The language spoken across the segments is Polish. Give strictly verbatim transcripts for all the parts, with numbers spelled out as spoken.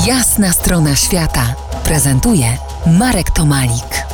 Jasna strona świata prezentuje Marek Tomalik.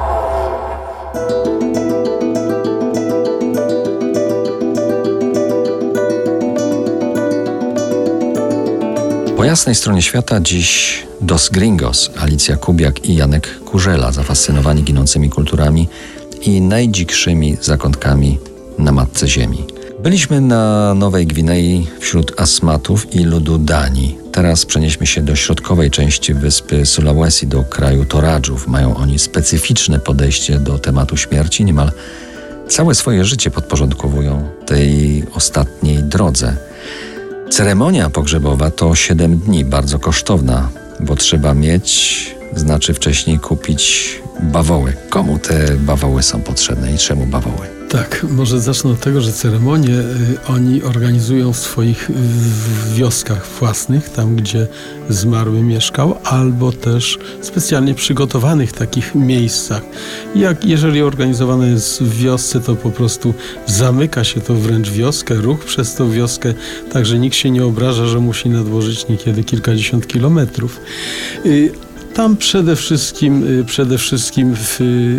Po jasnej stronie świata dziś Dos Gringos, Alicja Kubiak i Janek Kurzela, zafascynowani ginącymi kulturami i najdzikszymi zakątkami na matce ziemi. Byliśmy na Nowej Gwinei wśród Asmatów i ludu Dani. Teraz przenieśmy się do środkowej części wyspy Sulawesi, do kraju Toradżów. Mają oni specyficzne podejście do tematu śmierci. Niemal całe swoje życie podporządkowują tej ostatniej drodze. Ceremonia pogrzebowa to siedem dni, bardzo kosztowna, bo trzeba mieć, znaczy wcześniej kupić bawoły. Komu te bawoły są potrzebne i czemu bawoły? Tak, może zacznę od tego, że ceremonię y, oni organizują w swoich w wioskach własnych, tam gdzie zmarły mieszkał, albo też specjalnie przygotowanych takich miejscach. Jak jeżeli organizowane jest w wiosce, to po prostu zamyka się to wręcz wioskę, ruch przez tą wioskę, także nikt się nie obraża, że musi nadłożyć niekiedy kilkadziesiąt kilometrów. Y, Tam przede wszystkim, przede wszystkim w,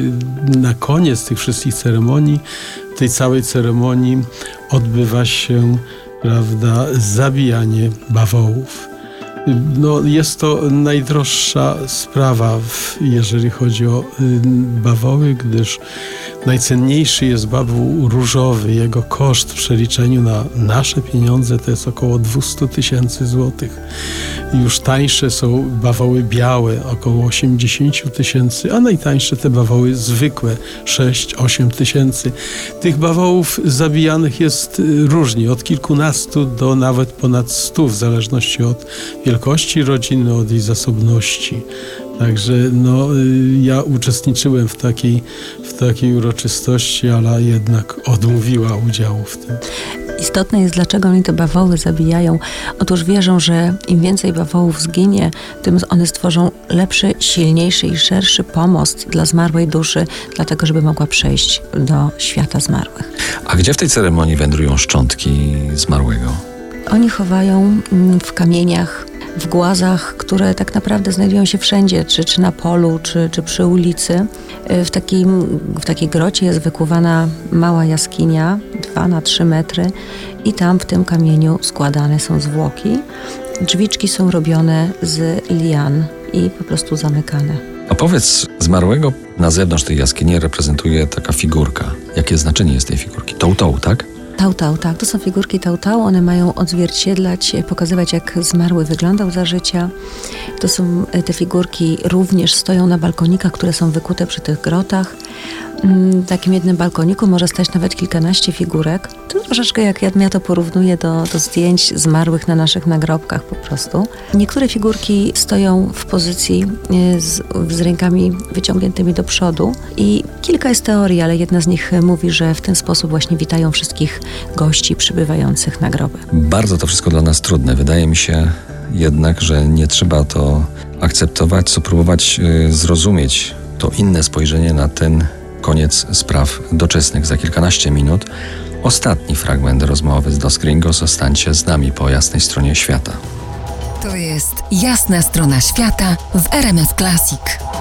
na koniec tych wszystkich ceremonii, tej całej ceremonii odbywa się, prawda, zabijanie bawołów. No, jest to najdroższa sprawa, jeżeli chodzi o bawoły, gdyż najcenniejszy jest bawoł różowy. Jego koszt w przeliczeniu na nasze pieniądze to jest około dwieście tysięcy złotych. Już tańsze są bawoły białe, około osiemdziesiąt tysięcy, a najtańsze te bawoły zwykłe, sześć osiem tysięcy. Tych bawołów zabijanych jest różnie, od kilkunastu do nawet ponad stu, w zależności od wielkości rodziny, od jej zasobności. Także no, ja uczestniczyłem w takiej, w takiej uroczystości, ale jednak odmówiła udziału w tym. Istotne jest, dlaczego oni te bawoły zabijają. Otóż wierzą, że im więcej bawołów zginie, tym one stworzą lepszy, silniejszy i szerszy pomost dla zmarłej duszy, dlatego żeby mogła przejść do świata zmarłych. A gdzie w tej ceremonii wędrują szczątki zmarłego? Oni chowają w kamieniach, w głazach, które tak naprawdę znajdują się wszędzie, czy, czy na polu, czy, czy przy ulicy. W, takim, w takiej grocie jest wykuwana mała jaskinia, dwa na trzy metry, i tam w tym kamieniu składane są zwłoki. Drzwiczki są robione z lian i po prostu zamykane. A powiedz, zmarłego na zewnątrz tej jaskini reprezentuje taka figurka. Jakie znaczenie jest tej figurki? Toł-toł, tak? Tał-tał, tak. To są figurki tał-tał. One mają odzwierciedlać, pokazywać, jak zmarły wyglądał za życia. To są te figurki, również stoją na balkonikach, które są wykute przy tych grotach. W takim jednym balkoniku może stać nawet kilkanaście figurek. To troszeczkę jak ja to porównuję do, do zdjęć zmarłych na naszych nagrobkach po prostu. Niektóre figurki stoją w pozycji z, z rękami wyciągniętymi do przodu i kilka jest teorii, ale jedna z nich mówi, że w ten sposób właśnie witają wszystkich gości przybywających na groby. Bardzo to wszystko dla nas trudne. Wydaje mi się jednak, że nie trzeba to akceptować, co próbować yy, zrozumieć to inne spojrzenie na ten koniec spraw doczesnych. Za kilkanaście minut ostatni fragment rozmowy z Dos Gringos. Zostańcie z nami po jasnej stronie świata. To jest Jasna strona świata w R M F Classic.